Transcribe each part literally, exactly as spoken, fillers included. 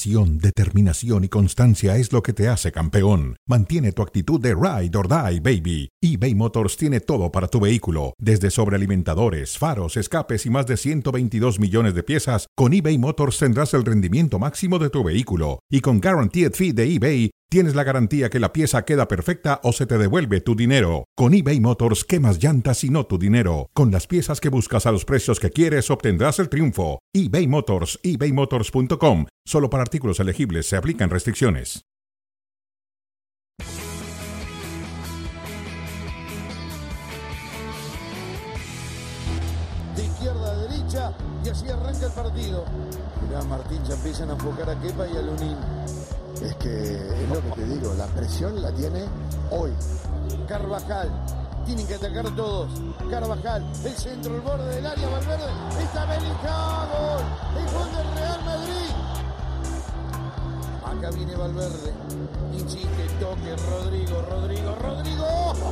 Pasión, determinación y constancia es lo que te hace campeón. Mantiene tu actitud de ride or die, baby. eBay Motors tiene todo para tu vehículo, desde sobrealimentadores, faros, escapes y más de ciento veintidós millones de piezas. Con eBay Motors tendrás el rendimiento máximo de tu vehículo. Y con Guaranteed Fee de eBay, tienes la garantía que la pieza queda perfecta o se te devuelve tu dinero. Con eBay Motors, quemas llantas y no tu dinero. Con las piezas que buscas a los precios que quieres, obtendrás el triunfo. eBay Motors, ebay motors punto com. Solo para artículos elegibles se aplican restricciones. De izquierda a derecha y así arranca el partido. Mirá, Martín, ya empiezan a enfocar a Kepa y a Lunin. Es que es lo que te digo, la presión la tiene hoy. Carvajal, tienen que atacar todos. Carvajal, el centro, el borde del área, Valverde, está Bellingham, gol, el gol del Real Madrid. Acá viene Valverde, insiste, toque, Rodrigo, Rodrigo, Rodrigo.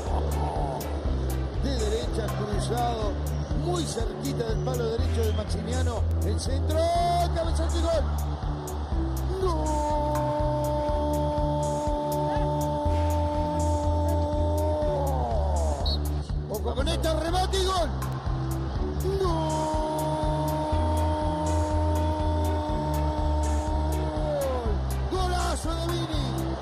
De derecha, cruzado, muy cerquita del palo derecho de Maximiano. El centro, cabezazo y gol. ¡Gol! Con este remate y gol. ¡Gol! ¡Golazo de Vini!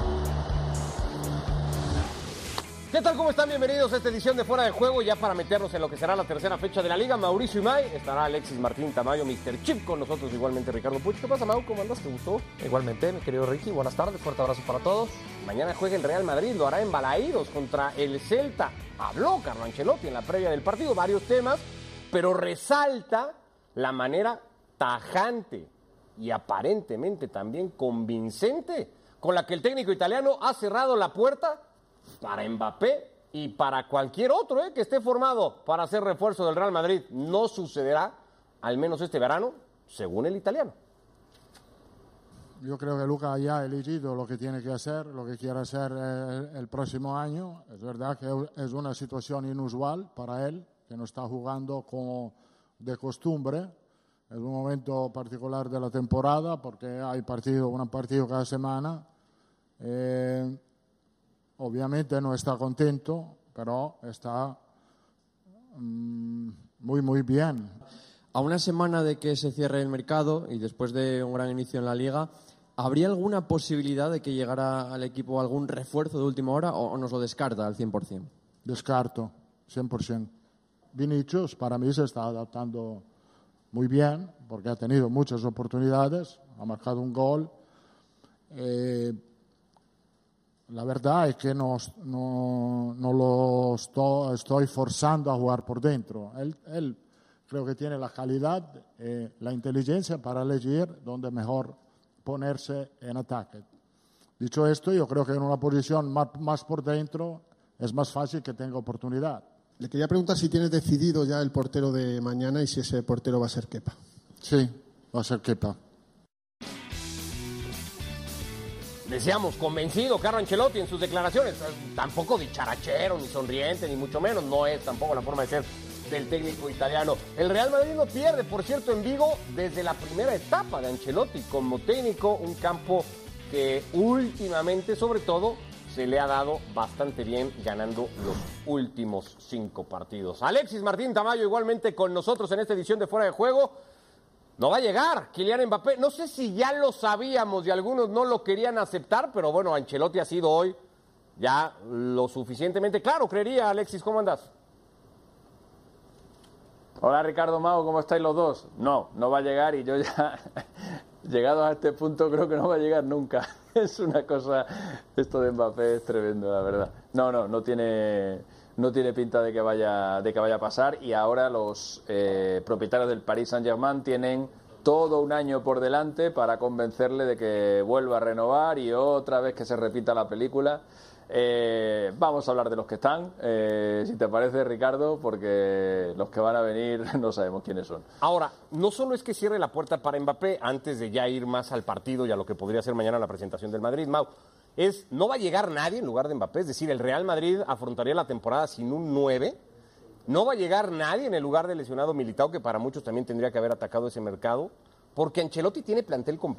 ¿Qué tal? ¿Cómo están? Bienvenidos a esta edición de Fuera de Juego, ya para meternos en lo que será la tercera fecha de la Liga. Mauricio Imay, estará Alexis Martín Tamayo, mister Chip con nosotros, igualmente Ricardo Puch. ¿Qué pasa, Mau? ¿Cómo andas? ¿Te gustó? Igualmente, mi querido Ricky, buenas tardes, fuerte abrazo para todos. Mañana juega el Real Madrid, lo hará en Balaídos contra el Celta. Habló Carlo Ancelotti en la previa del partido, varios temas, pero resalta la manera tajante y aparentemente también convincente con la que el técnico italiano ha cerrado la puerta para Mbappé y para cualquier otro eh, que esté formado para hacer refuerzo del Real Madrid. No sucederá, al menos este verano, según el italiano. Yo creo que Luca ya ha elegido lo que tiene que hacer, lo que quiere hacer el, el próximo año. Es verdad que es una situación inusual para él, que no está jugando como de costumbre. Es un momento particular de la temporada porque hay partido, un partido cada semana. Eh, obviamente no está contento, pero está um, muy, muy bien. A una semana de que se cierre el mercado y después de un gran inicio en la Liga, ¿habría alguna posibilidad de que llegara al equipo algún refuerzo de última hora o nos lo descarta al cien por ciento? Descarto, cien por ciento. Vinicius para mí se está adaptando muy bien porque ha tenido muchas oportunidades, ha marcado un gol. Eh, la verdad es que no, no, no lo estoy, estoy forzando a jugar por dentro. Él, él creo que tiene la calidad, eh, la inteligencia para elegir dónde mejor ponerse en ataque. Dicho esto, yo creo que en una posición más, más por dentro es más fácil que tenga oportunidad. Le quería preguntar si tienes decidido ya el portero de mañana y si ese portero va a ser Kepa. Sí, va a ser Kepa. Decíamos, convencido Carlo Ancelotti en sus declaraciones, tampoco dicharachero, ni sonriente, ni mucho menos, no es tampoco la forma de ser del técnico italiano. El Real Madrid no pierde, por cierto, en Vigo desde la primera etapa de Ancelotti como técnico, un campo que últimamente, sobre todo, se le ha dado bastante bien ganando los últimos cinco partidos. Alexis Martín Tamayo igualmente con nosotros en esta edición de Fuera de Juego. No va a llegar Kylian Mbappé. No sé si ya lo sabíamos y algunos no lo querían aceptar, pero bueno, Ancelotti ha sido hoy ya lo suficientemente claro, creería. Alexis, ¿cómo andas? Hola Ricardo, Mau, ¿cómo estáis los dos? No, no va a llegar y yo ya, llegados a este punto, creo que no va a llegar nunca. Es una cosa, esto de Mbappé es tremendo, la verdad. No, no, no tiene, no tiene pinta de que vaya, de que vaya a pasar y ahora los eh, propietarios del Paris Saint-Germain tienen todo un año por delante para convencerle de que vuelva a renovar y otra vez que se repita la película. Eh, vamos a hablar de los que están, eh, si te parece, Ricardo, porque los que van a venir no sabemos quiénes son. Ahora, no solo es que cierre la puerta para Mbappé antes de ya ir más al partido y a lo que podría ser mañana la presentación del Madrid, Mau, es no va a llegar nadie en lugar de Mbappé, es decir, el Real Madrid afrontaría la temporada sin un nueve, no va a llegar nadie en el lugar del lesionado Militao, que para muchos también tendría que haber atacado ese mercado, porque Ancelotti tiene plantel completo.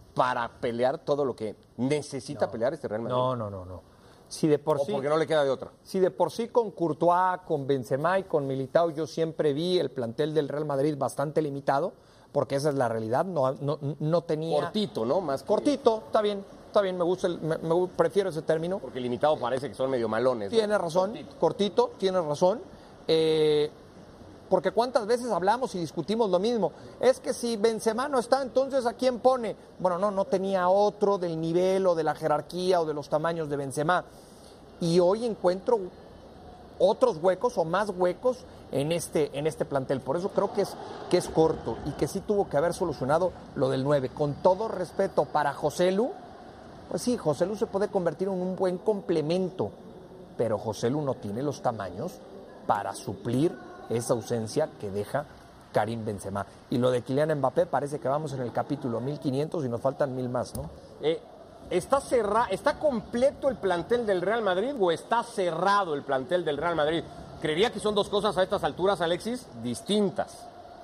para pelear todo lo que necesita no, pelear este Real Madrid? No, no, no, no. Si de por o sí, porque no le queda de otra. Si de por sí con Courtois, con Benzema y con Militao yo siempre vi el plantel del Real Madrid bastante limitado, porque esa es la realidad, no, no, no tenía... Cortito, ¿no? Más que... Cortito, está bien, está bien, me gusta, el, me, me prefiero ese término. Porque limitado parece que son medio malones. Tiene ¿no? razón, Cortito, cortito tiene razón. Eh, porque cuántas veces hablamos y discutimos lo mismo. Es que si Benzema no está, entonces ¿a quién pone? Bueno, no, no tenía otro del nivel o de la jerarquía o de los tamaños de Benzema. Y hoy encuentro otros huecos o más huecos en este, en este plantel. Por eso creo que es, que es corto y que sí tuvo que haber solucionado lo del nueve. Con todo respeto para Joselu, pues sí, Joselu se puede convertir en un buen complemento, pero Joselu no tiene los tamaños para suplir esa ausencia que deja Karim Benzema. Y lo de Kylian Mbappé parece que vamos en el capítulo mil quinientos y nos faltan mil más, ¿no? Eh, ¿está, cerra, ¿Está completo el plantel del Real Madrid o está cerrado el plantel del Real Madrid? Creería que son dos cosas a estas alturas, Alexis, distintas.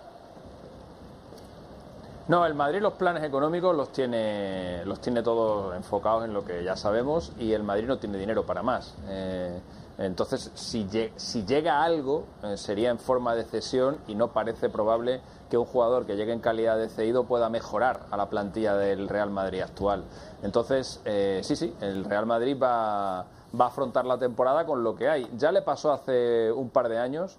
No, el Madrid los planes económicos los tiene los tiene todos enfocados en lo que ya sabemos y el Madrid no tiene dinero para más. Eh, entonces, si, si llega algo, eh, sería en forma de cesión y no parece probable que un jugador que llegue en calidad de cedido pueda mejorar a la plantilla del Real Madrid actual. Entonces, eh, sí, sí, el Real Madrid va, va a afrontar la temporada con lo que hay. Ya le pasó hace un par de años.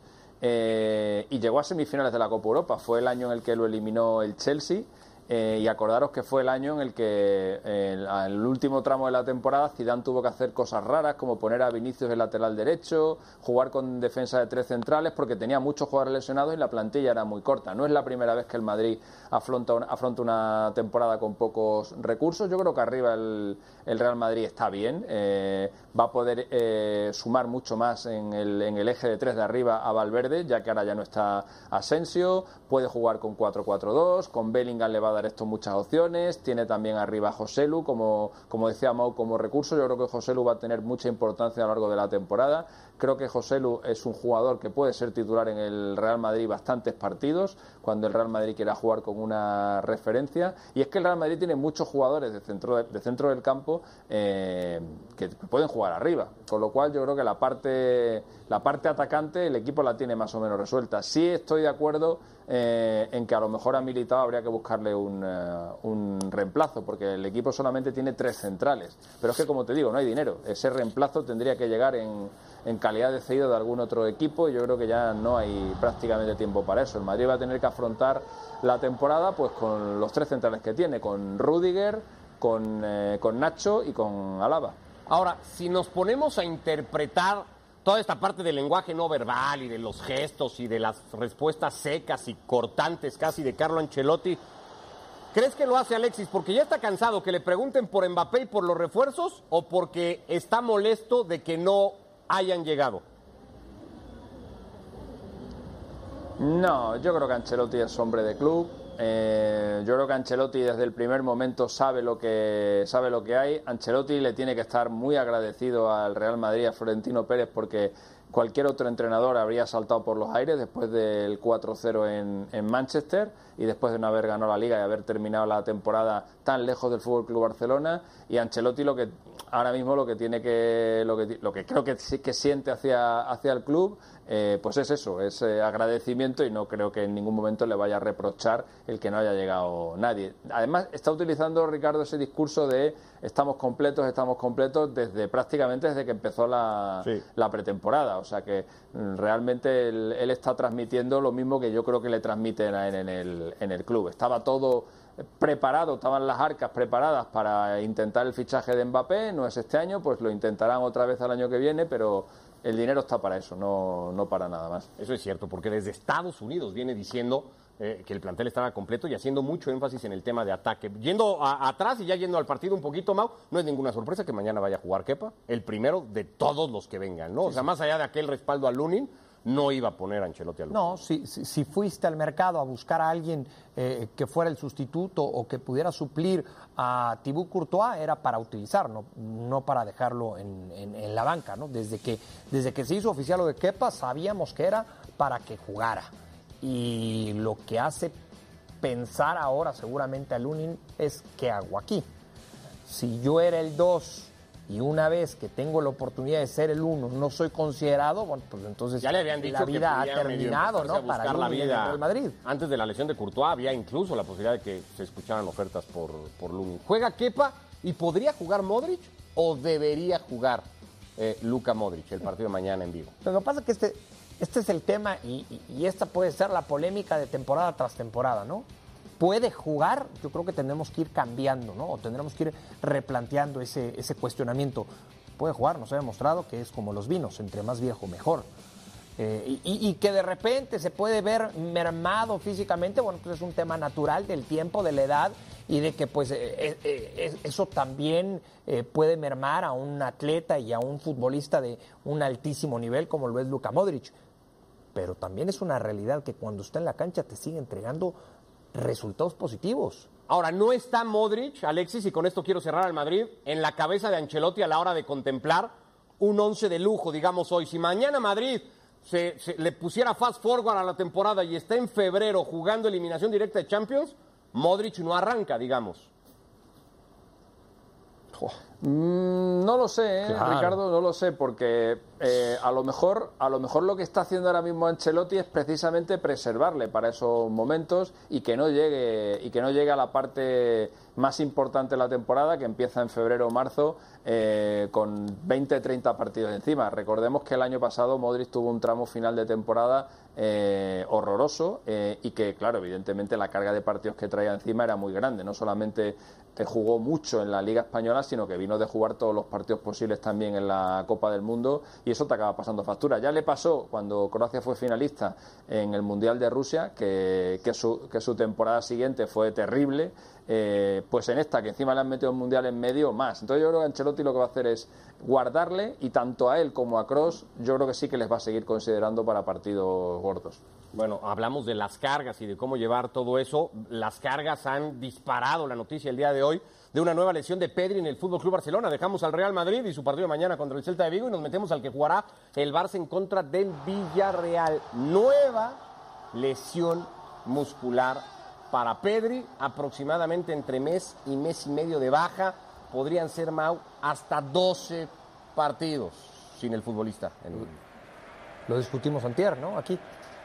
Eh, y llegó a semifinales de la Copa Europa. Fue el año en el que lo eliminó el Chelsea. Eh, y acordaros que fue el año en el que eh, en el último tramo de la temporada Zidane tuvo que hacer cosas raras como poner a Vinicius en lateral derecho, jugar con defensa de tres centrales porque tenía muchos jugadores lesionados y la plantilla era muy corta. No es la primera vez que el Madrid afronta una, afronta una temporada con pocos recursos. Yo creo que arriba el, el Real Madrid está bien, eh, va a poder eh, sumar mucho más en el, en el eje de tres de arriba a Valverde, ya que ahora ya no está Asensio, puede jugar con cuatro cuatro dos, con Bellingham le va a dar esto muchas opciones, tiene también arriba a Joselu, como, como decía Mau, como recurso. Yo creo que Joselu va a tener mucha importancia a lo largo de la temporada. Creo que Joselu es un jugador que puede ser titular en el Real Madrid bastantes partidos, cuando el Real Madrid quiera jugar con una referencia. Y es que el Real Madrid tiene muchos jugadores de centro, de, de centro del campo eh, que pueden jugar arriba, con lo cual yo creo que la parte, la parte atacante el equipo la tiene más o menos resuelta. Sí estoy de acuerdo eh, en que a lo mejor a Militao habría que buscarle un, uh, un reemplazo, porque el equipo solamente tiene tres centrales, pero es que, como te digo, no hay dinero. Ese reemplazo tendría que llegar en, en calidad de cedido de algún otro equipo y yo creo que ya no hay prácticamente tiempo para eso. El Madrid va a tener que afrontar la temporada pues con los tres centrales que tiene, con Rüdiger, con, eh, con Nacho y con Alaba. Ahora, si nos ponemos a interpretar toda esta parte del lenguaje no verbal y de los gestos y de las respuestas secas y cortantes casi de Carlo Ancelotti, ¿crees que lo hace Alexis porque ya está cansado que le pregunten por Mbappé y por los refuerzos o porque está molesto de que no hayan llegado? No, yo creo que Ancelotti es hombre de club. Eh, yo creo que Ancelotti desde el primer momento sabe lo que sabe lo que hay. Ancelotti le tiene que estar muy agradecido al Real Madrid, a Florentino Pérez, porque cualquier otro entrenador habría saltado por los aires después del cuatro cero en, en Manchester y después de no haber ganado la Liga y haber terminado la temporada tan lejos del F C Barcelona. Y Ancelotti lo que ahora mismo lo que tiene que lo que lo que creo que sí que siente hacia hacia el club eh, pues es eso, es eh, agradecimiento, y no creo que en ningún momento le vaya a reprochar el que no haya llegado nadie. Además está utilizando Ricardo ese discurso de estamos completos, estamos completos desde prácticamente desde que empezó la, sí. la pretemporada, o sea que realmente él, él está transmitiendo lo mismo que yo creo que le transmiten a él en el, en el club. Estaba todo preparado, estaban las arcas preparadas para intentar el fichaje de Mbappé, no es este año, pues lo intentarán otra vez el año que viene, pero el dinero está para eso, no, no para nada más. Eso es cierto, porque desde Estados Unidos viene diciendo eh, que el plantel estaba completo y haciendo mucho énfasis en el tema de ataque. Yendo a, atrás y ya yendo al partido un poquito, Mau, no es ninguna sorpresa que mañana vaya a jugar Kepa, el primero de todos los que vengan, ¿no? Sí, o sea, sí. Más allá de aquel respaldo a Lunin, no iba a poner a Ancelotti al No, si, si, si fuiste al mercado a buscar a alguien eh, que fuera el sustituto o que pudiera suplir a Thibaut Courtois, era para utilizarlo, no, no para dejarlo en, en, en la banca, ¿no? Desde que, desde que se hizo oficial lo de Kepa, sabíamos que era para que jugara. Y lo que hace pensar ahora seguramente a Lunin es ¿qué hago aquí? Si yo era el dos y una vez que tengo la oportunidad de ser el uno no soy considerado, bueno, pues entonces ya le habían dicho la vida que ha terminado, ¿no? Para Para la Lunin vida. en el Real Madrid. Antes de la lesión de Courtois había incluso la posibilidad de que se escucharan ofertas por, por Lunin. ¿Juega Kepa y podría jugar Modric o debería jugar eh, Luka Modric el partido de mañana en Vigo? Lo que pasa es que este, este es el tema y, y, y esta puede ser la polémica de temporada tras temporada, ¿no? Puede jugar, yo creo que tendremos que ir cambiando, ¿no? O tendremos que ir replanteando ese, ese cuestionamiento. Puede jugar, nos ha demostrado que es como los vinos, entre más viejo mejor. Eh, y, y que de repente se puede ver mermado físicamente, bueno, pues es un tema natural del tiempo, de la edad y de que pues eh, eh, eso también eh, puede mermar a un atleta y a un futbolista de un altísimo nivel como lo es Luka Modric. Pero también es una realidad que cuando está en la cancha te sigue entregando resultados positivos. Ahora, no está Modric, Alexis, y con esto quiero cerrar al Madrid, en la cabeza de Ancelotti a la hora de contemplar un once de lujo, digamos hoy. Si mañana Madrid se, se le pusiera fast forward a la temporada y está en febrero jugando eliminación directa de Champions, Modric no arranca, digamos. Mm, no lo sé, ¿eh? Claro. Ricardo, no lo sé, porque eh, a lo mejor, a lo mejor lo que está haciendo ahora mismo Ancelotti es precisamente preservarle para esos momentos y que no llegue y que no llegue a la parte más importante de la temporada, que empieza en febrero o marzo, eh, con veinte treinta partidos encima. Recordemos que el año pasado Modric tuvo un tramo final de temporada eh, horroroso eh, y que, claro, evidentemente la carga de partidos que traía encima era muy grande. No solamente que jugó mucho en la Liga Española, sino que vino de jugar todos los partidos posibles también en la Copa del Mundo, y eso te acaba pasando factura. Ya le pasó cuando Croacia fue finalista en el Mundial de Rusia, que, que, su, que su temporada siguiente fue terrible, eh, pues en esta, que encima le han metido un Mundial en medio, más. Entonces yo creo que Ancelotti lo que va a hacer es guardarle, y tanto a él como a Kroos yo creo que sí que les va a seguir considerando para partidos gordos. Bueno, hablamos de las cargas y de cómo llevar todo eso. Las cargas han disparado la noticia el día de hoy de una nueva lesión de Pedri en el Fútbol Club Barcelona. Dejamos al Real Madrid y su partido de mañana contra el Celta de Vigo y nos metemos al que jugará el Barça en contra del Villarreal. Nueva lesión muscular para Pedri, aproximadamente entre mes y mes y medio de baja. Podrían ser, Mau, hasta doce partidos sin el futbolista. En... Lo discutimos antier, ¿no? Aquí.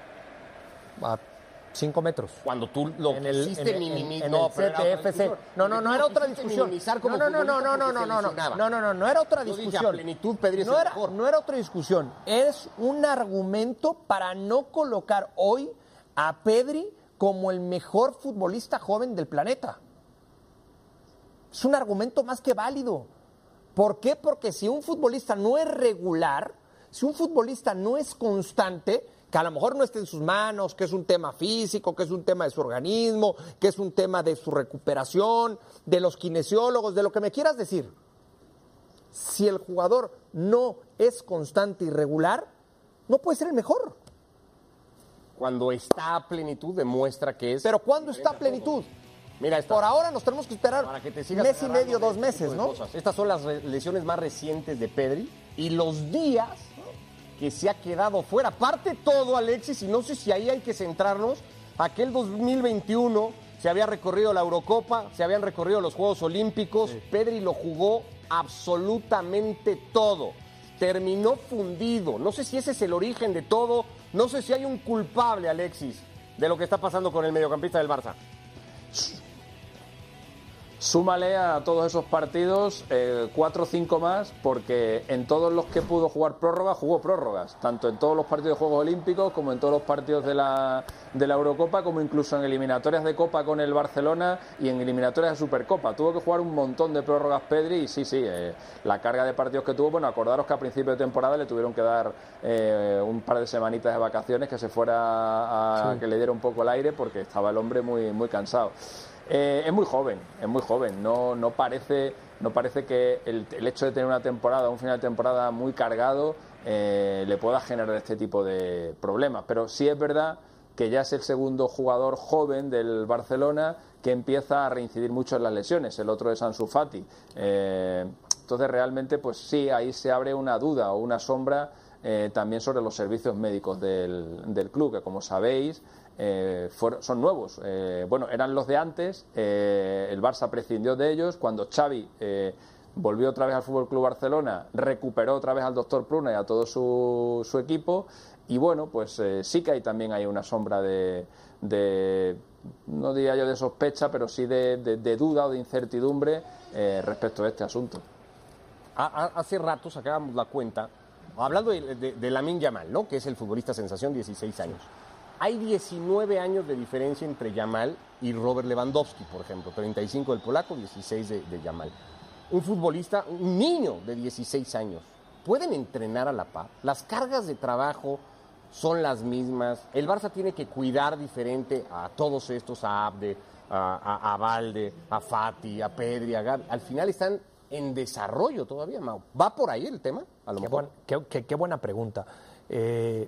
A cinco metros. Cuando tú lo en el, quisiste en, minimizar. en, en no, el C T F C. No, no, no era otra discusión. No, no, no, no, no, no, no, no, no, no, no, no, no era otra discusión. Plenitud, Pedri es no, el era, mejor. no era otra discusión. Es un argumento para no colocar hoy a Pedri como el mejor futbolista joven del planeta. Es un argumento más que válido. ¿Por qué? Porque si un futbolista no es regular, si un futbolista no es constante, que a lo mejor no esté en sus manos, que es un tema físico, que es un tema de su organismo, que es un tema de su recuperación, de los kinesiólogos, de lo que me quieras decir. Si el jugador no es constante y regular, no puede ser el mejor. Cuando está a plenitud demuestra que es... Pero ¿cuándo está a plenitud? Mira, esta, por ahora nos tenemos que esperar para que te sigas mes y medio, dos este meses, ¿no? Cosas. Estas son las lesiones más recientes de Pedri y los días que se ha quedado fuera. Aparte todo, Alexis, y no sé si ahí hay que centrarnos, aquel dos mil veintiuno se había recorrido la Eurocopa, se habían recorrido los Juegos Olímpicos, sí. Pedri lo jugó absolutamente todo. Terminó fundido. No sé si ese es el origen de todo, no sé si hay un culpable, Alexis, de lo que está pasando con el mediocampista del Barça. Súmale a todos esos partidos eh, cuatro o cinco más, porque en todos los que pudo jugar prórroga, jugó prórrogas, tanto en todos los partidos de Juegos Olímpicos como en todos los partidos de la, de la Eurocopa, como incluso en eliminatorias de Copa con el Barcelona y en eliminatorias de Supercopa. Tuvo que jugar un montón de prórrogas Pedri y sí, sí, eh, la carga de partidos que tuvo, bueno, acordaros que a principio de temporada le tuvieron que dar eh, un par de semanitas de vacaciones, que se fuera a, sí. que le diera un poco el aire, porque estaba el hombre muy, muy cansado. Eh, es muy joven, es muy joven, no, no parece, no parece que el, el hecho de tener una temporada, un final de temporada muy cargado, eh, le pueda generar este tipo de problemas, pero sí es verdad que ya es el segundo jugador joven del Barcelona que empieza a reincidir mucho en las lesiones, el otro es Ansu Fati, eh, entonces realmente pues sí, ahí se abre una duda o una sombra eh, también sobre los servicios médicos del, del club, que como sabéis, eh, fueron, son nuevos. Eh, bueno, eran los de antes, eh, el Barça prescindió de ellos. Cuando Xavi eh, volvió otra vez al F C Barcelona, recuperó otra vez al doctor Pruna y a todo su, su equipo. Y bueno, pues eh, sí que hay también hay una sombra de, de, no diría yo de sospecha, pero sí de, de, de duda o de incertidumbre eh, respecto a este asunto. Hace rato sacábamos la cuenta, hablando de, de, de Lamine Yamal, ¿no?, que es el futbolista sensación, dieciséis años. Hay diecinueve años de diferencia entre Yamal y Robert Lewandowski, por ejemplo. treinta y cinco del polaco, dieciséis de, de Yamal. Un futbolista, un niño de dieciséis años. ¿Pueden entrenar a la par? Las cargas de trabajo son las mismas. El Barça tiene que cuidar diferente a todos estos, a Abde, a, a, a Valde, a Fati, a Pedri, a Gavi. Al final están en desarrollo todavía, Mau. ¿Va por ahí el tema? A lo qué, mejor. Buen, qué, qué, qué buena pregunta. Eh,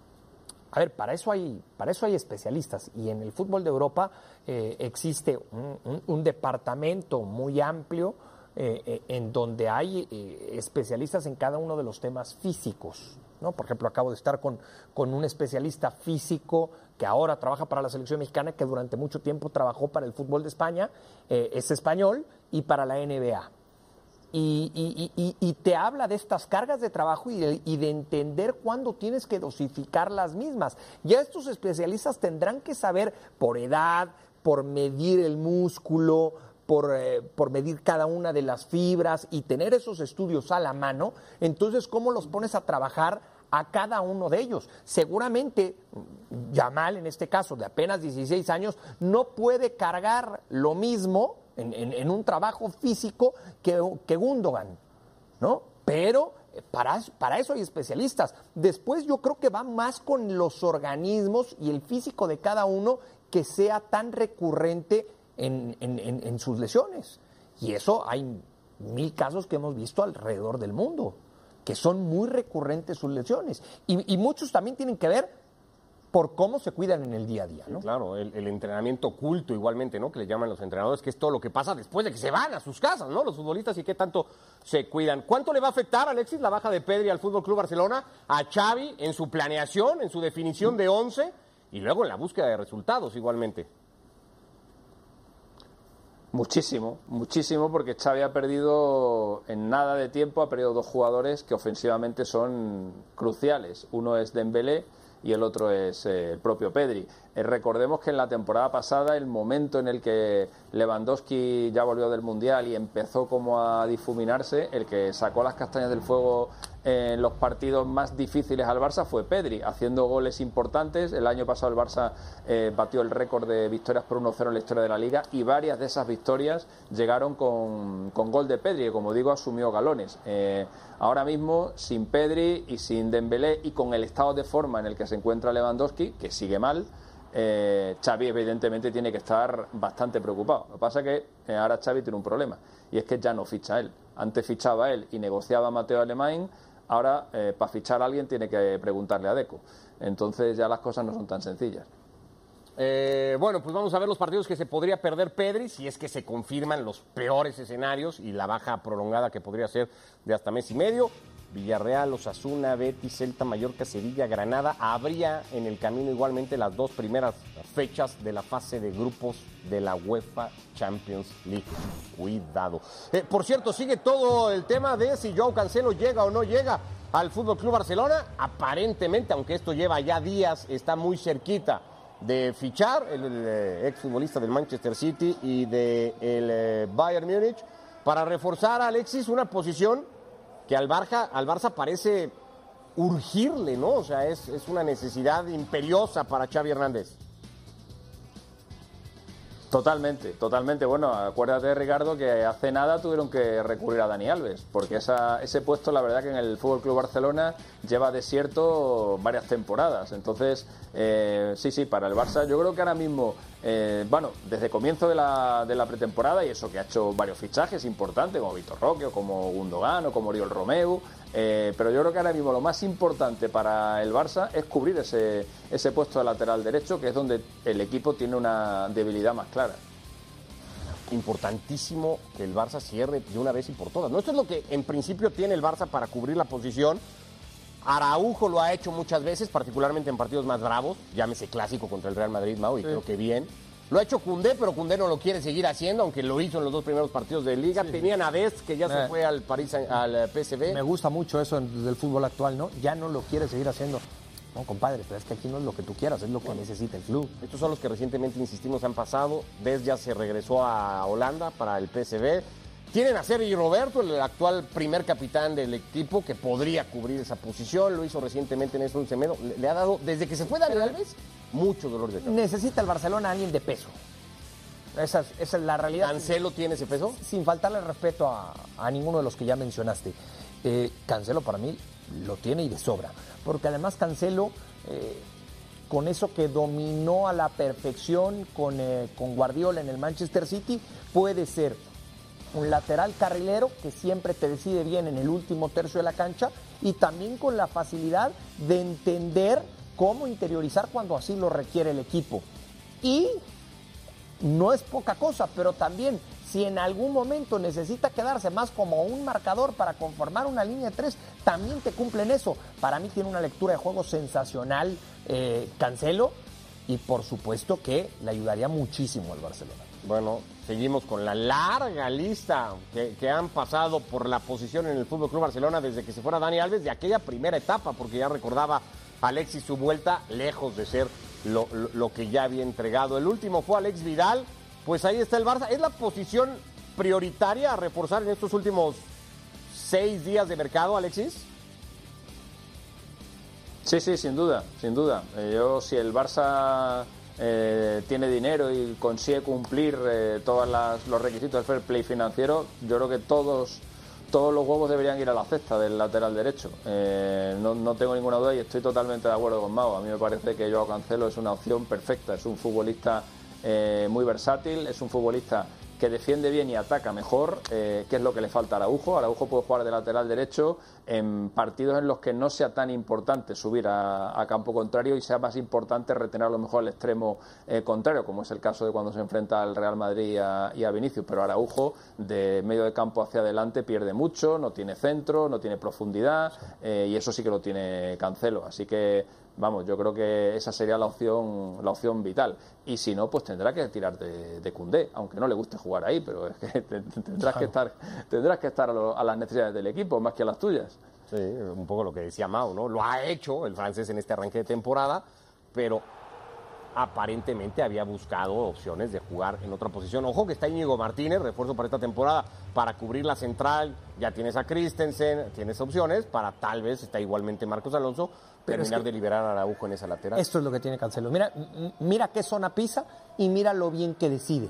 a ver, para eso hay, para eso hay especialistas. Y en el fútbol de Europa eh, existe un, un, un departamento muy amplio eh, eh, en donde hay eh, especialistas en cada uno de los temas físicos, ¿no? Por ejemplo, acabo de estar con, con un especialista físico que ahora trabaja para la selección mexicana, que durante mucho tiempo trabajó para el fútbol de España, eh, es español, y para la N B A. Y, y, y, y te habla de estas cargas de trabajo y de, y de entender cuándo tienes que dosificar las mismas. Ya estos especialistas tendrán que saber por edad, por medir el músculo, por, eh, por medir cada una de las fibras y tener esos estudios a la mano. Entonces, ¿cómo los pones a trabajar a cada uno de ellos? Seguramente Yamal, en este caso de apenas dieciséis años, no puede cargar lo mismo En, en, en un trabajo físico que, que Gundogan, ¿no? Pero para, para eso hay especialistas. Después yo creo que va más con los organismos y el físico de cada uno que sea tan recurrente en, en, en, en sus lesiones. Y eso hay mil casos que hemos visto alrededor del mundo, que son muy recurrentes sus lesiones. Y, y muchos también tienen que ver por cómo se cuidan en el día a día, ¿no? Sí, claro, el, el entrenamiento oculto igualmente, ¿no?, que le llaman los entrenadores, que es todo lo que pasa después de que se van a sus casas, ¿no?, los futbolistas, y qué tanto se cuidan. ¿Cuánto le va a afectar, Alexis, la baja de Pedri al F C Barcelona, a Xavi en su planeación, en su definición de once y luego en la búsqueda de resultados igualmente? Muchísimo, muchísimo, porque Xavi ha perdido en nada de tiempo, ha perdido dos jugadores que ofensivamente son cruciales. Uno es Dembélé y el otro es eh, el propio Pedri. Eh, recordemos que en la temporada pasada, el momento en el que Lewandowski ya volvió del Mundial y empezó como a difuminarse, el que sacó las castañas del fuego en los partidos más difíciles al Barça fue Pedri, haciendo goles importantes. El año pasado el Barça eh, batió el récord de victorias por uno cero en la historia de la Liga, y varias de esas victorias llegaron con, con gol de Pedri, que, como digo, asumió galones. Eh, ahora mismo, sin Pedri y sin Dembélé, y con el estado de forma en el que se encuentra Lewandowski, que sigue mal, eh, Xavi evidentemente tiene que estar bastante preocupado. Lo que pasa es que eh, ahora Xavi tiene un problema, y es que ya no ficha él. Antes fichaba él y negociaba a Mateo Alemán. Ahora, eh, para fichar a alguien tiene que preguntarle a Deco. Entonces ya las cosas no son tan sencillas. Eh, bueno, pues vamos a ver los partidos que se podría perder Pedri, si es que se confirman los peores escenarios y la baja prolongada que podría ser de hasta mes y medio. Villarreal, Osasuna, Betis, Celta, Mallorca, Sevilla, Granada. Habría en el camino igualmente las dos primeras fechas de la fase de grupos de la UEFA Champions League. Cuidado. Eh, por cierto, sigue todo el tema de si Joao Cancelo llega o no llega al F C Barcelona. Aparentemente, aunque esto lleva ya días, está muy cerquita de fichar el, el, el exfutbolista del Manchester City y del de Bayern Múnich para reforzar a Alexis una posición que al Barça, al Barça parece urgirle, ¿no? O sea, es, es una necesidad imperiosa para Xavi Hernández. Totalmente, totalmente. Bueno, acuérdate, Ricardo, que hace nada tuvieron que recurrir a Dani Alves, porque esa, ese puesto, la verdad que en el F C Barcelona lleva desierto varias temporadas. Entonces, eh, sí, sí, para el Barça, yo creo que ahora mismo, eh, bueno, desde comienzo de la, de la pretemporada, y eso que ha hecho varios fichajes importantes, como Vitor Roque, o como Gundogan, o como Oriol Romeu, eh, pero yo creo que ahora mismo lo más importante para el Barça es cubrir ese, ese puesto de lateral derecho, que es donde el equipo tiene una debilidad más clara. Importantísimo que el Barça cierre de una vez y por todas, ¿no? Esto es lo que en principio tiene el Barça para cubrir la posición, Araujo lo ha hecho muchas veces, particularmente en partidos más bravos, llámese clásico contra el Real Madrid, Mau, y sí. creo que bien. Lo ha hecho Koundé, pero Koundé no lo quiere seguir haciendo, aunque lo hizo en los dos primeros partidos de Liga. Sí. Tenían a Dest, que ya eh. se fue al París, al P S V. Me gusta mucho eso del fútbol actual, ¿no? Ya no lo quiere seguir haciendo. No, compadre, pero es que aquí no es lo que tú quieras, es lo que bueno, necesita el club. Estos son los que recientemente, insistimos, han pasado. Dest ya se regresó a Holanda para el P S V. Tienen a Sergi Roberto, el actual primer capitán del equipo, que podría cubrir esa posición. Lo hizo recientemente en Nelson Semedo. Le, le ha dado, desde que se fue Dani Alves, mucho dolor de cabeza. Necesita el Barcelona a alguien de peso. Esa es, esa es la realidad. ¿Cancelo tiene ese peso? Sin faltarle respeto a, a ninguno de los que ya mencionaste. Eh, Cancelo para mí lo tiene y de sobra. Porque además Cancelo, eh, con eso que dominó a la perfección con, eh, con Guardiola en el Manchester City, puede ser un lateral carrilero que siempre te decide bien en el último tercio de la cancha y también con la facilidad de entender cómo interiorizar cuando así lo requiere el equipo. Y no es poca cosa, pero también si en algún momento necesita quedarse más como un marcador para conformar una línea de tres, también te cumplen eso. Para mí tiene una lectura de juego sensacional eh, Cancelo y por supuesto que le ayudaría muchísimo al Barcelona. Bueno, seguimos con la larga lista que, que han pasado por la posición en el F C Barcelona desde que se fuera Dani Alves de aquella primera etapa, porque ya recordaba Alexis su vuelta, lejos de ser lo, lo, lo que ya había entregado. El último fue Alex Vidal, pues ahí está el Barça. ¿Es la posición prioritaria a reforzar en estos últimos seis días de mercado, Alexis? Sí, sí, sin duda, sin duda. Eh, yo, si el Barça eh, tiene dinero y consigue cumplir eh, todos los requisitos del fair play financiero, yo creo que todos, todos los huevos deberían ir a la cesta del lateral derecho. Eh, no, no tengo ninguna duda y estoy totalmente de acuerdo con Mau. A mí me parece que Joao Cancelo es una opción perfecta. Es un futbolista eh, muy versátil, es un futbolista que defiende bien y ataca mejor, eh, que es lo que le falta a Araujo. Araujo puede jugar de lateral derecho en partidos en los que no sea tan importante subir a, a campo contrario y sea más importante retener a lo mejor el extremo eh, contrario, como es el caso de cuando se enfrenta al Real Madrid y a, y a Vinicius. Pero Araujo, de medio de campo hacia adelante, pierde mucho, no tiene centro, no tiene profundidad, eh, y eso sí que lo tiene Cancelo. Así que vamos, yo creo que esa sería la opción la opción vital. Y si no, pues tendrá que tirar de, de Koundé, aunque no le guste jugar ahí, pero es que tendrás que estar tendrás que estar a, lo, a las necesidades del equipo, más que a las tuyas. Sí, un poco lo que decía Mau, ¿no? Lo ha hecho el francés en este arranque de temporada, pero aparentemente había buscado opciones de jugar en otra posición. Ojo que está Íñigo Martínez, refuerzo para esta temporada, para cubrir la central. Ya tienes a Christensen, tienes opciones para tal vez, está igualmente Marcos Alonso, pero terminar es que de liberar a Araujo en esa lateral. Esto es lo que tiene Cancelo. Mira, mira qué zona pisa y mira lo bien que decide.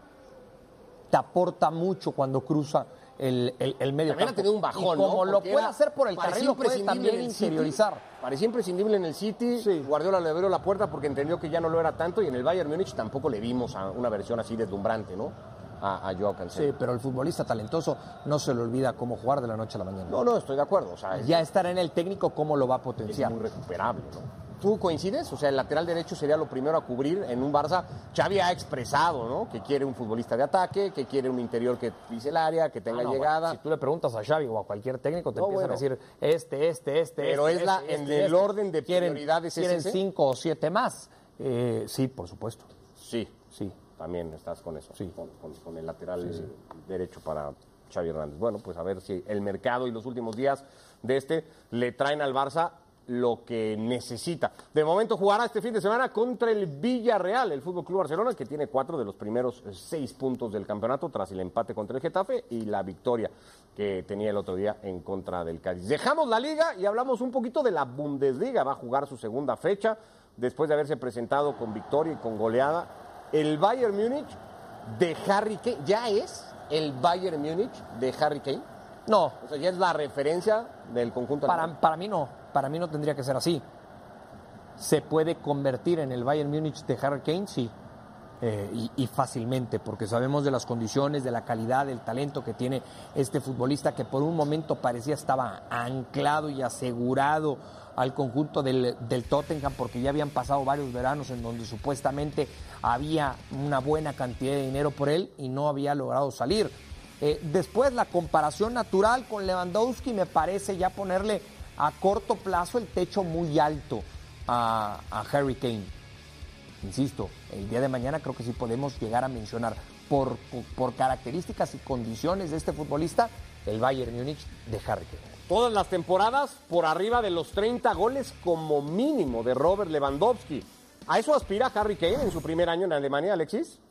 Te aporta mucho cuando cruza el, el, el medio también campo. Ha tenido un bajón, y como ¿no? lo puede hacer por el carril, lo puede también interiorizar. City, parecía imprescindible en el City, sí. Guardiola le abrió la puerta porque entendió que ya no lo era tanto, y en el Bayern Múnich tampoco le vimos a una versión así deslumbrante, ¿no? A, a Joao Cancelo. Sí, pero el futbolista talentoso no se le olvida cómo jugar de la noche a la mañana. No, no, estoy de acuerdo. O sea, es, ya estar en el técnico, cómo lo va a potenciar. Es muy recuperable, ¿no? ¿Tú coincides? O sea, el lateral derecho sería lo primero a cubrir en un Barça. Xavi ha expresado, ¿no? Que quiere un futbolista de ataque, que quiere un interior que pise el área, que tenga ah, no, llegada. Bueno, si tú le preguntas a Xavi o a cualquier técnico, te no, empiezan bueno. a decir este, este, este, Pero este, es la, este, en este, el este. orden de prioridades. ¿Quieren, ese? ¿Quieren cinco o siete más? Eh, sí, por supuesto. Sí, sí. También estás con eso, sí. con, con, con el lateral sí, sí. derecho para Xavi Hernández. Bueno, pues a ver si el mercado y los últimos días de este le traen al Barça lo que necesita. De momento jugará este fin de semana contra el Villarreal, el F C Barcelona, que tiene cuatro de los primeros seis puntos del campeonato tras el empate contra el Getafe y la victoria que tenía el otro día en contra del Cádiz. Dejamos la Liga y hablamos un poquito de la Bundesliga. Va a jugar su segunda fecha después de haberse presentado con victoria y con goleada. El Bayern Múnich de Harry Kane, ¿ya es el Bayern Múnich de Harry Kane? No. O sea, ¿ya es la referencia del conjunto? Para, para mí no, para mí no tendría que ser así. ¿Se puede convertir en el Bayern Múnich de Harry Kane? Sí. Eh, y, y fácilmente, porque sabemos de las condiciones, de la calidad, del talento que tiene este futbolista, que por un momento parecía estaba anclado y asegurado al conjunto del, del Tottenham, porque ya habían pasado varios veranos en donde supuestamente había una buena cantidad de dinero por él y no había logrado salir. Eh, después la comparación natural con Lewandowski me parece ya ponerle a corto plazo el techo muy alto a, a Harry Kane. Insisto, el día de mañana creo que sí podemos llegar a mencionar por, por, por características y condiciones de este futbolista el Bayern Múnich de Harry Kane. Todas las temporadas por arriba de los treinta goles como mínimo de Robert Lewandowski. ¿A eso aspira Harry Kane en su primer año en Alemania, Alexis?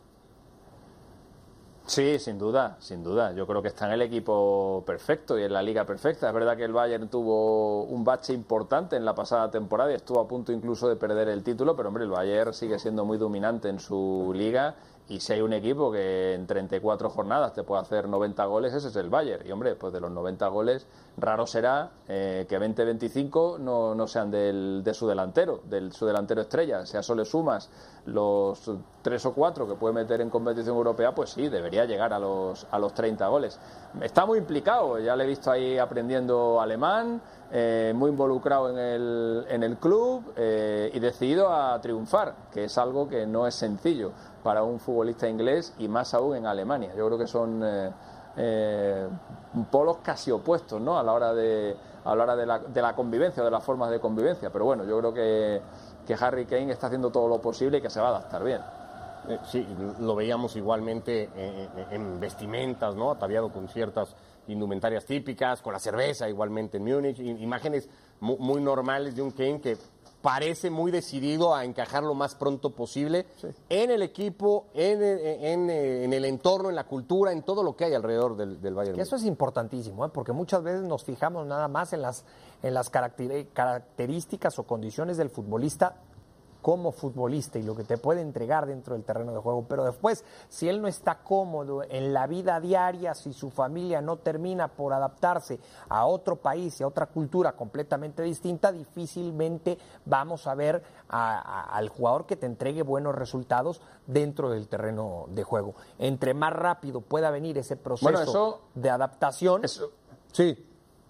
Sí, sin duda, sin duda. Yo creo que está en el equipo perfecto y en la liga perfecta. Es verdad que el Bayern tuvo un bache importante en la pasada temporada y estuvo a punto incluso de perder el título, pero hombre, el Bayern sigue siendo muy dominante en su liga. Y si hay un equipo que en treinta y cuatro jornadas te puede hacer noventa goles, ese es el Bayern. Y hombre, pues de los noventa goles, raro será eh, que veinte veinticinco no, no sean del, de su delantero, del su delantero estrella. Si a eso le sumas los tres o cuatro que puede meter en competición europea, pues sí, debería llegar a los, a los treinta goles. Está muy implicado, ya le he visto ahí aprendiendo alemán, eh, muy involucrado en el, en el club eh, y decidido a triunfar, que es algo que no es sencillo para un futbolista inglés y más aún en Alemania. Yo creo que son eh, eh, polos casi opuestos, ¿no? A la hora de a la hora de la, de la convivencia, de las formas de convivencia. Pero bueno, yo creo que, que Harry Kane está haciendo todo lo posible y que se va a adaptar bien. Eh, sí, lo veíamos igualmente en, en vestimentas, ¿no? Ataviado con ciertas indumentarias típicas, con la cerveza igualmente en Múnich. Imágenes muy, muy normales de un Kane que parece muy decidido a encajar lo más pronto posible sí. en el equipo, en, en, en el entorno, en la cultura, en todo lo que hay alrededor del, del Bayern. Que eso es importantísimo, ¿eh? Porque muchas veces nos fijamos nada más en las, en las caracter- características o condiciones del futbolista como futbolista y lo que te puede entregar dentro del terreno de juego, pero después, si él no está cómodo en la vida diaria, si su familia no termina por adaptarse a otro país y a otra cultura completamente distinta, difícilmente vamos a ver a, a, al jugador que te entregue buenos resultados dentro del terreno de juego. Entre más rápido pueda venir ese proceso bueno, eso, de adaptación... Eso, sí.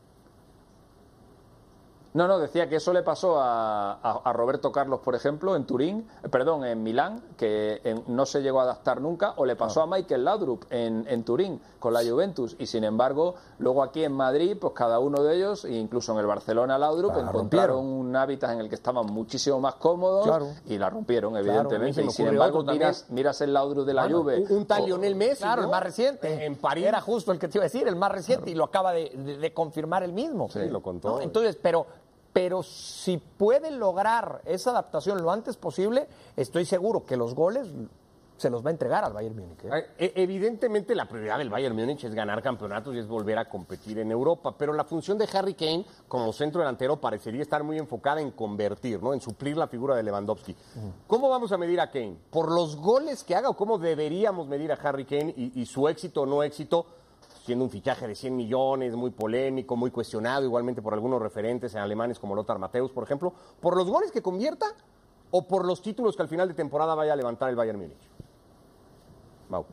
No, no, decía que eso le pasó a, a, a Roberto Carlos, por ejemplo, en Turín, eh, perdón, en Milán, que en, no se llegó a adaptar nunca, o le pasó ah. a Michael Laudrup en, en Turín, con la Juventus, y sin embargo, luego aquí en Madrid, pues cada uno de ellos, incluso en el Barcelona Laudrup, ah, encontraron rompieron. un hábitat en el que estaban muchísimo más cómodos, claro. y la rompieron, evidentemente, claro, y sin embargo, miras, miras el Laudrup de la bueno, Juve. Un, un tal Lionel Messi, claro, ¿no? El más reciente, en París. Era justo el que te iba a decir, el más reciente, claro. y lo acaba de, de, de confirmar él mismo. Sí, lo contó. ¿No? Entonces, pero... Pero si puede lograr esa adaptación lo antes posible, estoy seguro que los goles se los va a entregar al Bayern Múnich. ¿eh? Evidentemente la prioridad del Bayern Múnich es ganar campeonatos y es volver a competir en Europa, pero la función de Harry Kane como centro delantero parecería estar muy enfocada en convertir, ¿no? En suplir la figura de Lewandowski. Uh-huh. ¿Cómo vamos a medir a Kane? ¿Por los goles que haga o cómo deberíamos medir a Harry Kane y, y su éxito o no éxito? Siendo un fichaje de cien millones, muy polémico, muy cuestionado, igualmente por algunos referentes en alemanes como Lothar Matthäus, por ejemplo, ¿por los goles que convierta o por los títulos que al final de temporada vaya a levantar el Bayern Múnich? Mau.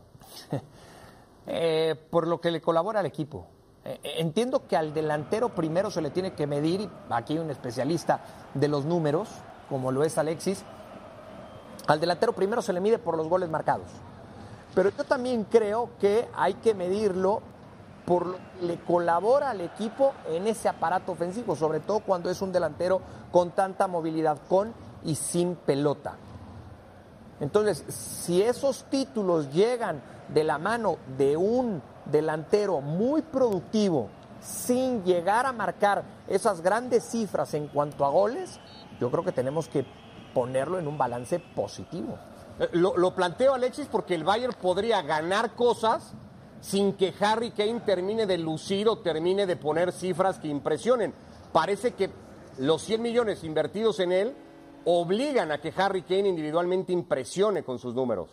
eh, por lo que le colabora al equipo. Eh, entiendo que al delantero primero se le tiene que medir, aquí hay un especialista de los números, como lo es Alexis, al delantero primero se le mide por los goles marcados. Pero yo también creo que hay que medirlo por lo que le colabora al equipo en ese aparato ofensivo, sobre todo cuando es un delantero con tanta movilidad, con y sin pelota. Entonces, si esos títulos llegan de la mano de un delantero muy productivo, sin llegar a marcar esas grandes cifras en cuanto a goles, yo creo que tenemos que ponerlo en un balance positivo. Lo, lo planteo, Alexis, porque el Bayern podría ganar cosas sin que Harry Kane termine de lucir o termine de poner cifras que impresionen. Parece que los cien millones invertidos en él obligan a que Harry Kane individualmente impresione con sus números.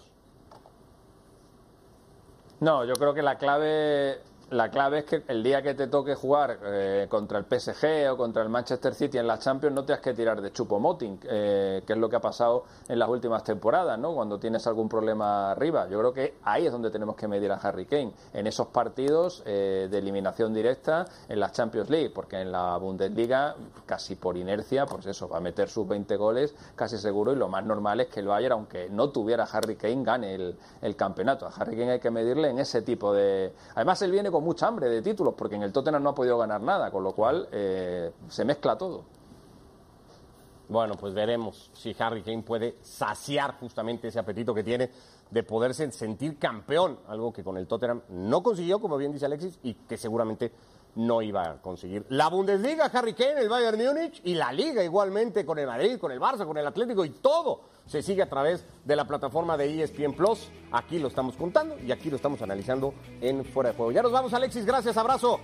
No, yo creo que la clave... La clave es que el día que te toque jugar eh, contra el P S G o contra el Manchester City en la Champions no tengas que tirar de Choupo-Moting, eh, que es lo que ha pasado en las últimas temporadas, ¿no? Cuando tienes algún problema arriba. Yo creo que ahí es donde tenemos que medir a Harry Kane, en esos partidos eh, de eliminación directa en la Champions League, porque en la Bundesliga, casi por inercia, pues eso, va a meter sus veinte goles casi seguro, y lo más normal es que el Bayern, aunque no tuviera Harry Kane, gane el, el campeonato. A Harry Kane hay que medirle en ese tipo de... Además, él viene con mucha hambre de títulos, porque en el Tottenham no ha podido ganar nada, con lo cual eh, se mezcla todo. Bueno, pues veremos si Harry Kane puede saciar justamente ese apetito que tiene de poderse sentir campeón, algo que con el Tottenham no consiguió, como bien dice Alexis, y que seguramente no iba a conseguir. La Bundesliga, Harry Kane, el Bayern Múnich, y la Liga igualmente con el Madrid, con el Barça, con el Atlético, y todo se sigue a través de la plataforma de E S P N Plus. Aquí lo estamos contando y aquí lo estamos analizando en Fuera de Juego. Ya nos vamos, Alexis, gracias, abrazo.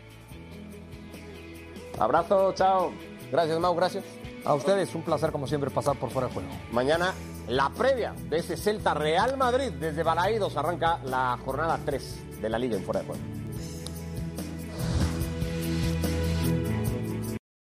Abrazo, chao. Gracias, Mau, gracias. A ustedes, un placer como siempre pasar por Fuera de Juego. Mañana la previa de ese Celta Real Madrid desde Balaídos, arranca la jornada tres de la Liga en Fuera de Juego.